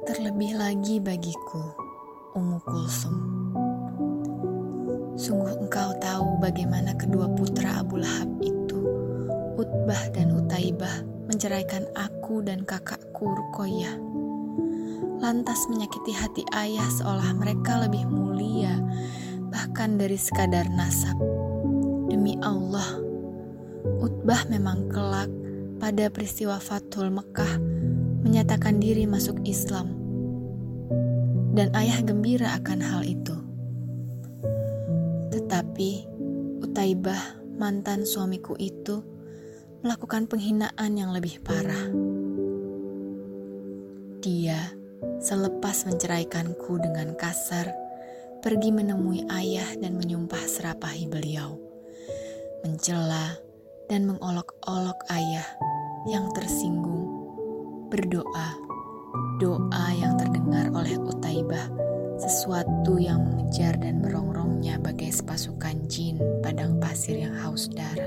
Terlebih lagi bagiku, Ummu Kulsum. Sungguh engkau tahu bagaimana kedua putra Abu Lahab itu, Utbah dan Utaibah, menceraikan aku dan kakakku Ruqayyah. Lantas menyakiti hati ayah seolah mereka lebih mulia, bahkan dari sekadar nasab. Demi Allah, Utbah memang kelak pada peristiwa Fathul Mekah menyatakan diri masuk Islam. Dan ayah gembira akan hal itu. Tetapi Utaibah, mantan suamiku itu, melakukan penghinaan yang lebih parah. Dia, selepas menceraikanku dengan kasar, pergi menemui ayah dan menyumpah serapahi beliau, mencela dan mengolok-olok ayah yang tersinggung, berdoa, doa yang terdengar oleh Utaibah, sesuatu yang mengejar dan merongrongnya bagai sepasukan jin padang pasir yang haus darah.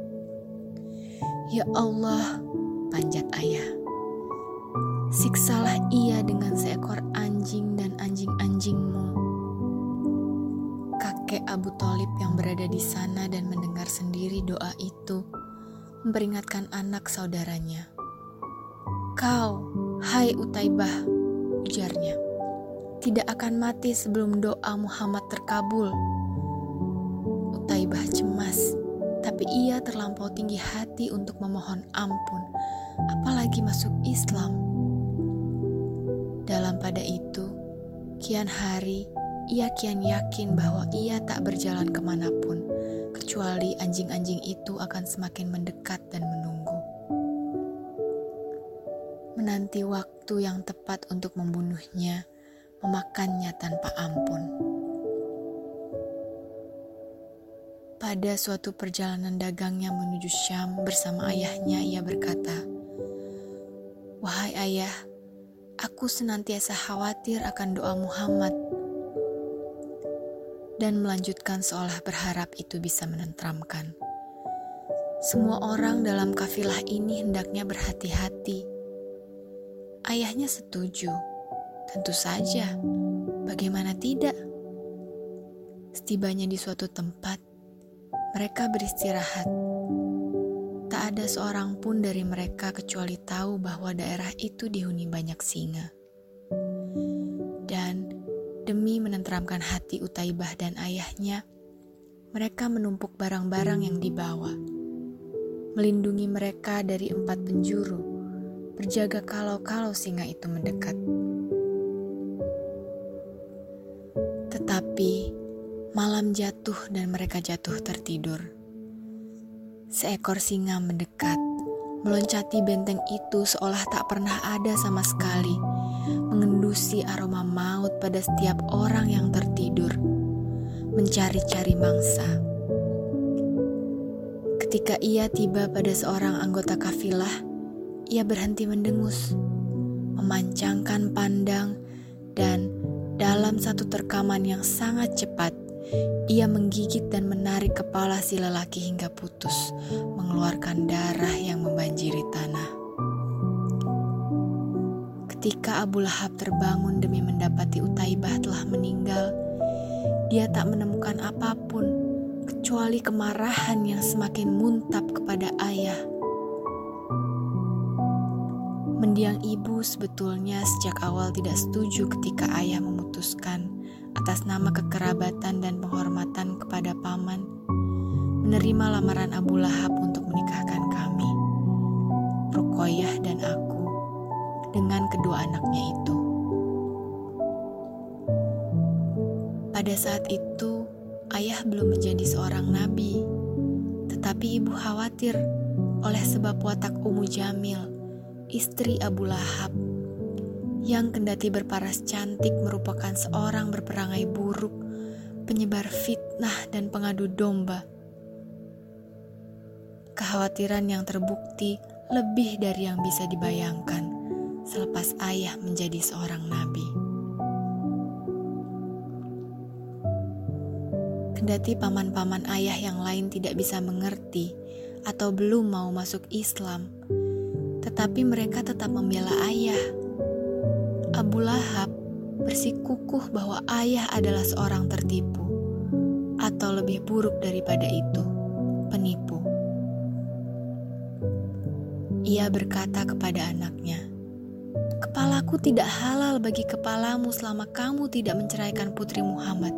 Ya Allah, panjat ayah, siksalah ia dengan seekor anjing dan anjing-anjingmu. Kakek Abu Thalib yang berada di sana dan mendengar sendiri doa itu, memperingatkan anak saudaranya. Kau, hai Utaibah, ujarnya, tidak akan mati sebelum doa Muhammad terkabul. Utaibah cemas, tapi ia terlampau tinggi hati untuk memohon ampun, apalagi masuk Islam. Dalam pada itu, kian hari, ia kian yakin bahwa ia tak berjalan kemanapun, kecuali anjing-anjing itu akan semakin mendekat dan menunggu. Menanti waktu yang tepat untuk membunuhnya, memakannya tanpa ampun. Pada suatu perjalanan dagangnya menuju Syam bersama ayahnya, ia berkata, "Wahai ayah, aku senantiasa khawatir akan doa Muhammad." Dan melanjutkan seolah berharap itu bisa menenteramkan. Semua orang dalam kafilah ini hendaknya berhati-hati. Ayahnya setuju, tentu saja, bagaimana tidak? Setibanya di suatu tempat, mereka beristirahat. Tak ada seorang pun dari mereka kecuali tahu bahwa daerah itu dihuni banyak singa. Dan demi menenteramkan hati Utaibah dan ayahnya, mereka menumpuk barang-barang yang dibawa, melindungi mereka dari 4 penjuru, berjaga kalau singa itu mendekat. Tetapi malam jatuh dan mereka jatuh tertidur. Seekor singa mendekat, meloncati benteng itu seolah tak pernah ada sama sekali, mengendusi aroma maut pada setiap orang yang tertidur, mencari-cari mangsa. Ketika ia tiba pada seorang anggota kafilah, ia berhenti mendengus, memancangkan pandang, dan dalam satu terkaman yang sangat cepat, ia menggigit dan menarik kepala si lelaki hingga putus, mengeluarkan darah yang membanjiri tanah. Ketika Abu Lahab terbangun demi mendapati Utaibah telah meninggal, dia tak menemukan apapun kecuali kemarahan yang semakin muntap kepada ayah. Mendiang ibu sebetulnya sejak awal tidak setuju ketika ayah memutuskan atas nama kekerabatan dan penghormatan kepada paman menerima lamaran Abu Lahab untuk menikahkan kami, Ruqayyah dan aku, dengan kedua anaknya itu. Pada saat itu, ayah belum menjadi seorang nabi, tetapi ibu khawatir oleh sebab watak Ummu Jamil, istri Abu Lahab, yang kendati berparas cantik merupakan seorang berperangai buruk, penyebar fitnah dan pengadu domba. Kekhawatiran yang terbukti lebih dari yang bisa dibayangkan selepas ayah menjadi seorang nabi. Kendati paman-paman ayah yang lain tidak bisa mengerti atau belum mau masuk Islam, tetapi mereka tetap membela ayah. Abu Lahab bersikukuh bahwa ayah adalah seorang tertipu, atau lebih buruk daripada itu, penipu. Ia berkata kepada anaknya, "Kepalaku tidak halal bagi kepalamu selama kamu tidak menceraikan putri Muhammad.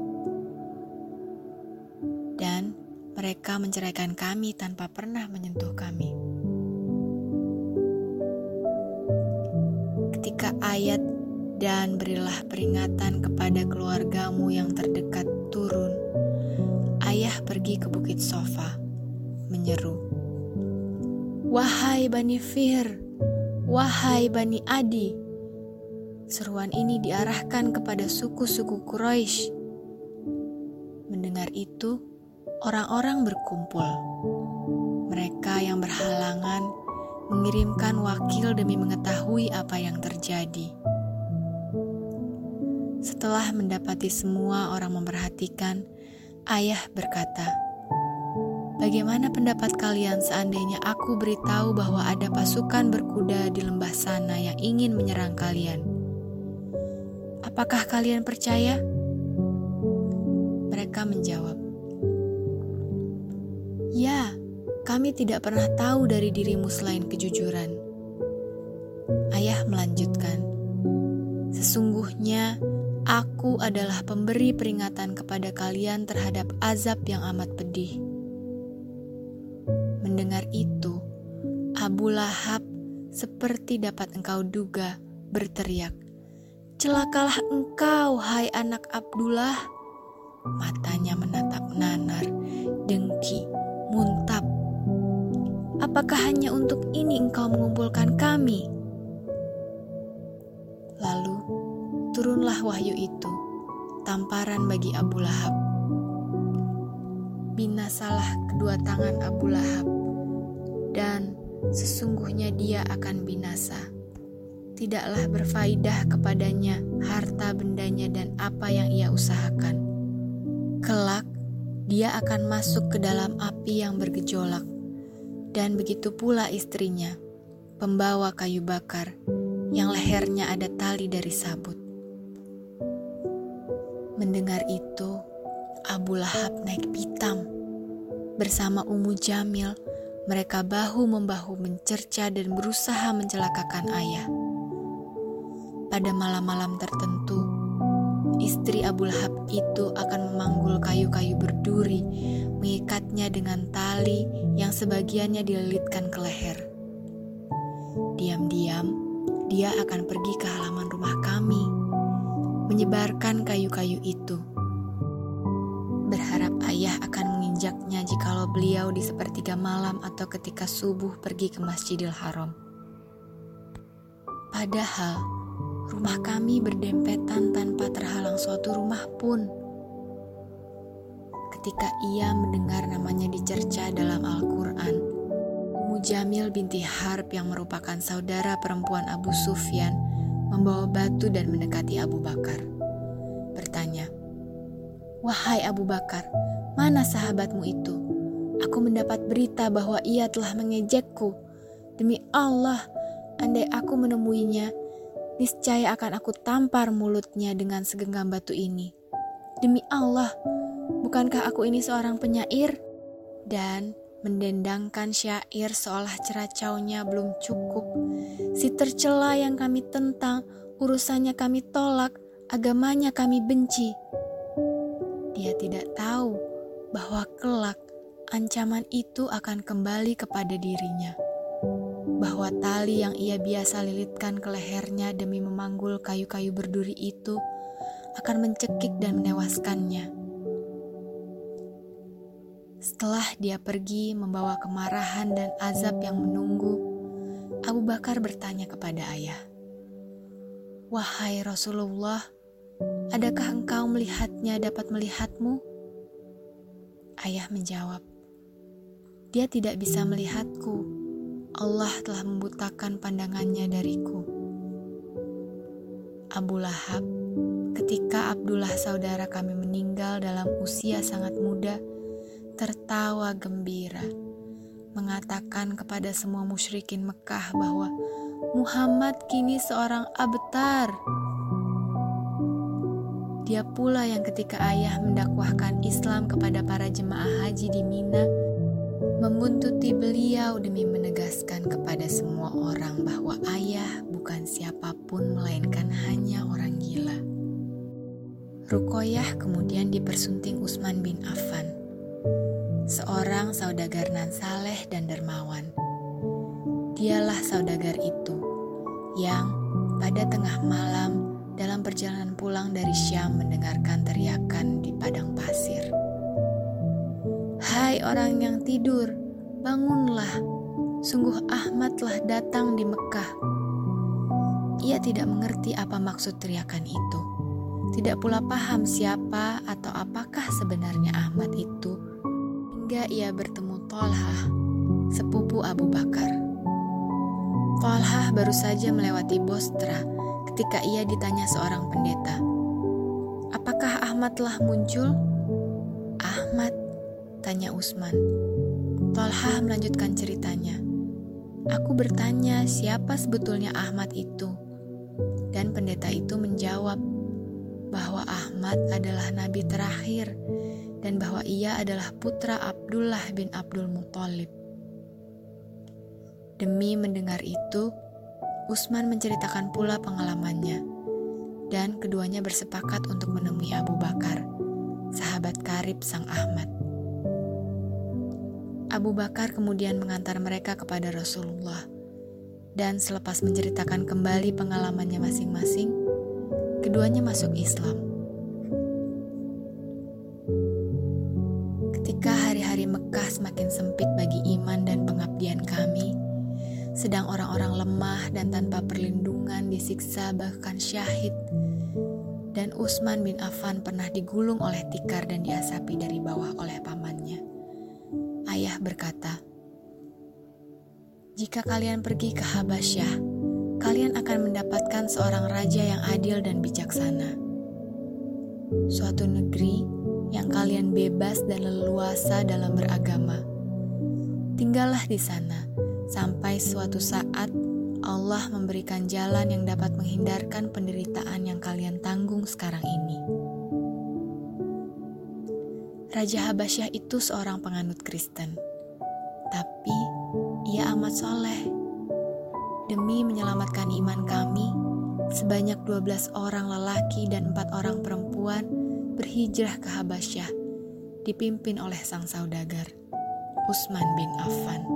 Dan mereka menceraikan kami tanpa pernah menyentuh kami." Ketika ayat "dan berilah peringatan kepada keluargamu yang terdekat" turun, ayah pergi ke Bukit Sofa, menyeru, "Wahai Bani Fihr, wahai Bani Adi." Seruan ini diarahkan kepada suku-suku Quraisy. Mendengar itu, orang-orang berkumpul. Mereka yang berhalangan mengirimkan wakil demi mengetahui apa yang terjadi. Setelah mendapati semua orang memperhatikan, ayah berkata, "Bagaimana pendapat kalian seandainya aku beritahu bahwa ada pasukan berkuda di lembah sana yang ingin menyerang kalian? Apakah kalian percaya?" Mereka menjawab, "Ya, kami tidak pernah tahu dari dirimu selain kejujuran." Ayah melanjutkan, "Sesungguhnya aku adalah pemberi peringatan kepada kalian terhadap azab yang amat pedih." Mendengar itu, Abu Lahab seperti dapat engkau duga berteriak, "Celakalah engkau, hai anak Abdullah." Matanya menatap nanar, dengki, muntap. "Apakah hanya untuk ini engkau mengumpulkan kami?" Lalu turunlah wahyu itu, tamparan bagi Abu Lahab. Binasalah kedua tangan Abu Lahab, dan sesungguhnya dia akan binasa. Tidaklah berfaedah kepadanya harta bendanya dan apa yang ia usahakan. Kelak, dia akan masuk ke dalam api yang bergejolak, dan begitu pula istrinya, pembawa kayu bakar, yang lehernya ada tali dari sabut. Mendengar itu, Abu Lahab naik pitam. Bersama Ummu Jamil, mereka bahu-membahu mencerca dan berusaha mencelakakan ayah. Pada malam-malam tertentu, istri Abu Lahab itu akan memanggul kayu-kayu berduri, mengikatnya dengan tali yang sebagiannya dililitkan ke leher. Diam-diam, dia akan pergi ke halaman rumah kami, menyebarkan kayu-kayu itu, berharap ayah akan menginjaknya jikalau beliau di sepertiga malam atau ketika subuh pergi ke Masjidil Haram. Padahal rumah kami berdempetan tanpa terhalang suatu rumah pun. Ketika ia mendengar namanya dicerca dalam Al-Quran, Ummu Jamil binti Harb yang merupakan saudara perempuan Abu Sufyan membawa batu dan mendekati Abu Bakar. Bertanya, "Wahai Abu Bakar, mana sahabatmu itu? Aku mendapat berita bahwa ia telah mengejekku. Demi Allah, andai aku menemuinya, niscaya akan aku tampar mulutnya dengan segenggam batu ini. Demi Allah, bukankah aku ini seorang penyair?" Dan mendendangkan syair seolah ceracaunya belum cukup. "Si tercela yang kami tentang, urusannya kami tolak, agamanya kami benci." Dia tidak tahu bahwa kelak ancaman itu akan kembali kepada dirinya. Bahwa tali yang ia biasa lilitkan ke lehernya demi memanggul kayu-kayu berduri itu akan mencekik dan menewaskannya. Setelah dia pergi membawa kemarahan dan azab yang menunggu, Abu Bakar bertanya kepada ayah, "Wahai Rasulullah, adakah engkau melihatnya dapat melihatmu?" Ayah menjawab, "Dia tidak bisa melihatku. Allah telah membutakan pandangannya dariku." Abu Lahab, ketika Abdullah saudara kami meninggal dalam usia sangat muda, tertawa gembira, mengatakan kepada semua musyrikin Mekah bahwa Muhammad kini seorang abtar. Dia pula yang ketika ayah mendakwahkan Islam kepada para jemaah haji di Mina, membuntuti beliau demi menegaskan kepada semua orang bahwa ayah bukan siapapun melainkan hanya orang gila. Ruqayyah kemudian dipersunting Utsman bin Affan, seorang saudagar nan saleh dan dermawan. Dialah saudagar itu yang pada tengah malam dalam perjalanan pulang dari Syam mendengarkan teriakan di padang pasir. "Hai orang yang tidur, bangunlah, sungguh Ahmad telah datang di Mekah." Ia tidak mengerti apa maksud teriakan itu, tidak pula paham siapa atau apakah sebenarnya Ahmad itu, hingga ia bertemu Thalhah, sepupu Abu Bakar. Thalhah baru saja melewati Bostra ketika ia ditanya seorang pendeta, "Apakah Ahmad telah muncul?" "Ahmad?" tanya Utsman. Thalhah melanjutkan ceritanya. "Aku bertanya siapa sebetulnya Ahmad itu?" Dan pendeta itu menjawab bahwa Ahmad adalah nabi terakhir dan bahwa ia adalah putra Abdullah bin Abdul Muthalib. Demi mendengar itu, Utsman menceritakan pula pengalamannya, dan keduanya bersepakat untuk menemui Abu Bakar, sahabat karib sang Ahmad. Abu Bakar kemudian mengantar mereka kepada Rasulullah, dan selepas menceritakan kembali pengalamannya masing-masing, keduanya masuk Islam. Ketika hari-hari Mekah semakin sempit bagi iman dan pengabdian kami, sedang orang-orang lemah dan tanpa perlindungan disiksa bahkan syahid, dan Utsman bin Affan pernah digulung oleh tikar dan diasapi dari bawah oleh pamannya. Ayah berkata, "Jika kalian pergi ke Habasyah, kalian akan mendapatkan seorang raja yang adil dan bijaksana. Suatu negeri yang kalian bebas dan leluasa dalam beragama. Tinggallah di sana sampai suatu saat Allah memberikan jalan yang dapat menghindarkan penderitaan yang kalian tanggung sekarang ini." Raja Habasyah itu seorang penganut Kristen, tapi ia amat soleh. Demi menyelamatkan iman kami, sebanyak 12 orang lelaki dan 4 orang perempuan berhijrah ke Habasyah, dipimpin oleh sang saudagar, Utsman bin Affan.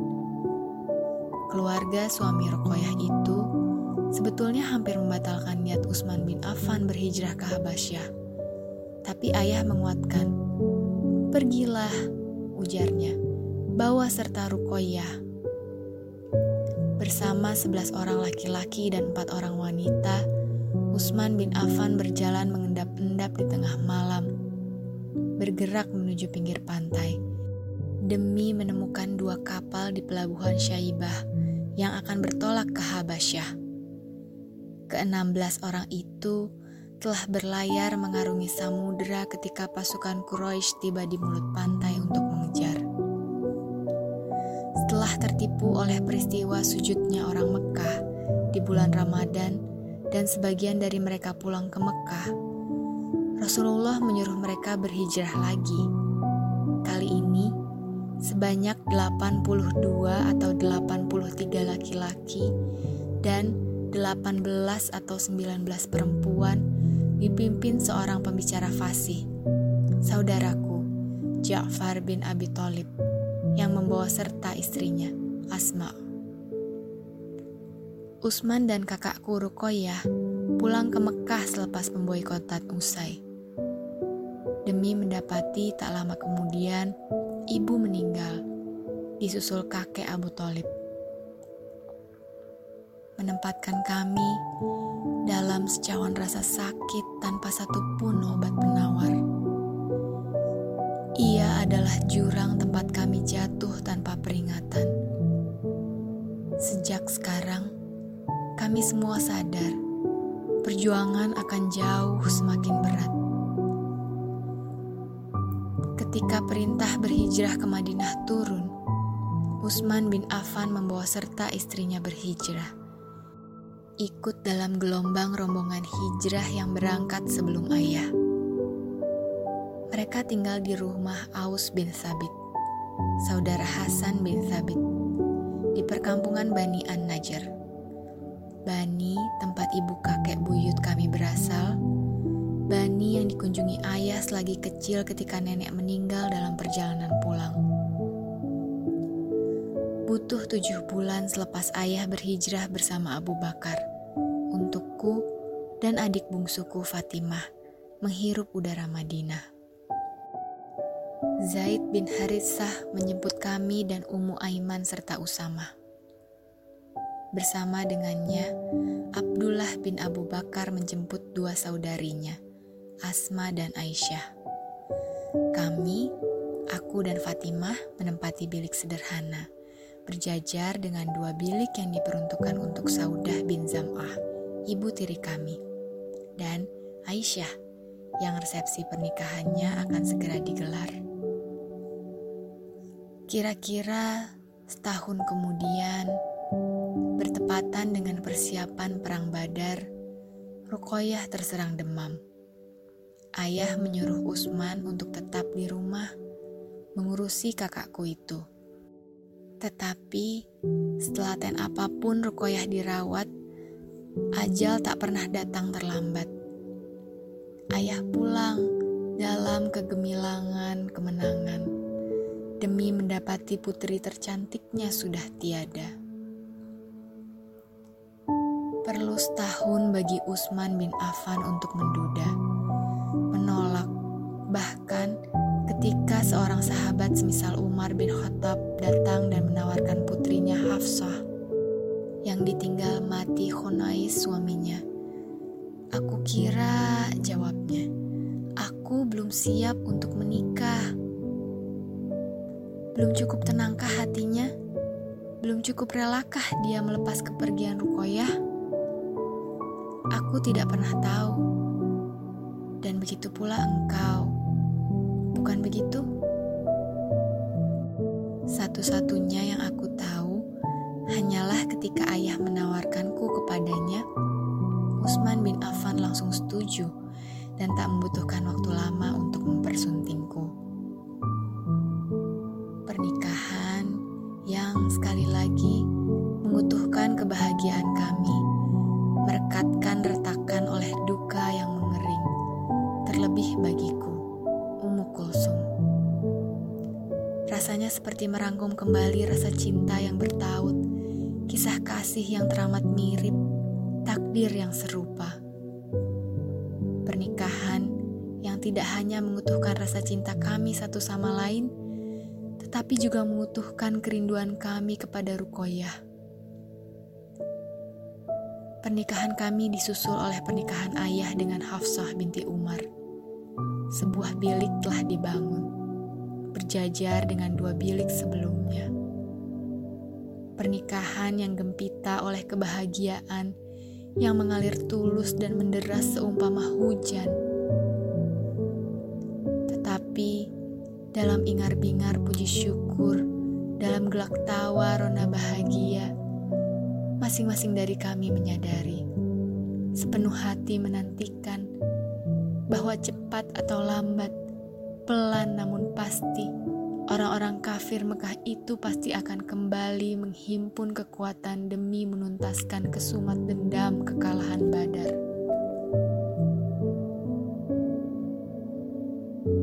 Keluarga suami Ruqayyah itu sebetulnya hampir membatalkan niat Utsman bin Affan berhijrah ke Habasyah. Tapi ayah menguatkan. "Pergilah," ujarnya, "bawa serta Ruqayyah." Bersama 11 orang laki-laki dan 4 orang wanita, Utsman bin Affan berjalan mengendap-endap di tengah malam, bergerak menuju pinggir pantai, demi menemukan 2 kapal di pelabuhan Syaibah yang akan bertolak ke Habasyah. Ke-16 orang itu telah berlayar mengarungi samudera ketika pasukan Quraisy tiba di mulut pantai untuk mengejar. Setelah tertipu oleh peristiwa sujudnya orang Mekah di bulan Ramadan dan sebagian dari mereka pulang ke Mekah, Rasulullah menyuruh mereka berhijrah lagi. Kali ini sebanyak 82 atau 83 laki-laki dan 18 atau 19 perempuan dipimpin seorang pembicara fasih, saudaraku Ja'far bin Abi Thalib, yang membawa serta istrinya Asma. Utsman dan kakakku Ruqayyah pulang ke Mekah selepas pemboikotan usai. Demi mendapati tak lama kemudian ibu meninggal, disusul kakek Abu Thalib, menempatkan kami dalam secawan rasa sakit tanpa satupun obat penawar. Ia adalah jurang tempat kami jatuh tanpa peringatan. Sejak sekarang, kami semua sadar perjuangan akan jauh semakin berat. Ketika perintah berhijrah ke Madinah turun, Utsman bin Affan membawa serta istrinya berhijrah. ikut dalam gelombang rombongan hijrah yang berangkat sebelum ayah. Mereka tinggal di rumah Aus bin Thabit, saudara Hasan bin Thabit, di perkampungan Bani An-Najjar. Bani, tempat ibu kakek buyut kami berasal. Bani yang dikunjungi ayah selagi kecil ketika nenek meninggal dalam perjalanan pulang. Butuh 7 bulan selepas ayah berhijrah bersama Abu Bakar, untukku dan adik bungsuku Fatimah menghirup udara Madinah. Zaid bin Haritsah menjemput kami dan Ummu Aiman serta Usamah. Bersama dengannya, Abdullah bin Abu Bakar menjemput 2 saudarinya, Asma dan Aisyah. Kami, aku dan Fatimah menempati bilik sederhana, berjajar dengan 2 bilik yang diperuntukkan untuk Saudah bin Zam'ah, ibu tiri kami, dan Aisyah yang resepsi pernikahannya akan segera digelar. Kira-kira setahun kemudian, bertepatan dengan persiapan perang Badar, Ruqayyah terserang demam. Ayah menyuruh Utsman untuk tetap di rumah mengurusi kakakku itu. Tetapi setelah ten apapun Ruqayyah dirawat, ajal tak pernah datang terlambat. Ayah pulang dalam kegemilangan kemenangan demi mendapati putri tercantiknya sudah tiada. Perlu setahun bagi Utsman bin Affan untuk menduda, menolak, bahkan ketika seorang sahabat semisal Umar bin Khattab datang dan menawarkan putrinya Hafsah yang ditinggal mati Khunais suaminya. Aku kira jawabnya, aku belum siap untuk menikah. Belum cukup tenangkah hatinya? Belum cukup relakah dia melepas kepergian Ruqayyah? Aku tidak pernah tahu. Dan begitu pula engkau. Bukan begitu? Satu-satunya yang aku tahu hanyalah ketika ayah menawarkanku kepadanya, Utsman bin Affan langsung setuju dan tak membutuhkan waktu lama untuk mempersuntingku. Pernikahan yang sekali lagi mengutuhkan kebahagiaan kami, merekatkan retakan oleh duka yang mengering, terlebih bagiku, Ummu Kulsum. Rasanya seperti merangkum kembali rasa cinta yang bertaut, kisah kasih yang teramat mirip, takdir yang serupa. Pernikahan yang tidak hanya mengutuhkan rasa cinta kami satu sama lain, tetapi juga mengutuhkan kerinduan kami kepada Ruqayyah. Pernikahan kami disusul oleh pernikahan ayah dengan Hafsah binti Umar. Sebuah bilik telah dibangun, berjajar dengan 2 bilik sebelumnya. Pernikahan yang gempita oleh kebahagiaan yang mengalir tulus dan menderas seumpama hujan. Tetapi dalam ingar-bingar puji syukur, dalam gelak tawa rona bahagia, masing-masing dari kami menyadari, sepenuh hati menantikan, bahwa cepat atau lambat, pelan namun pasti, orang-orang kafir Mekah itu pasti akan kembali menghimpun kekuatan demi menuntaskan kesumat dendam kekalahan Badar.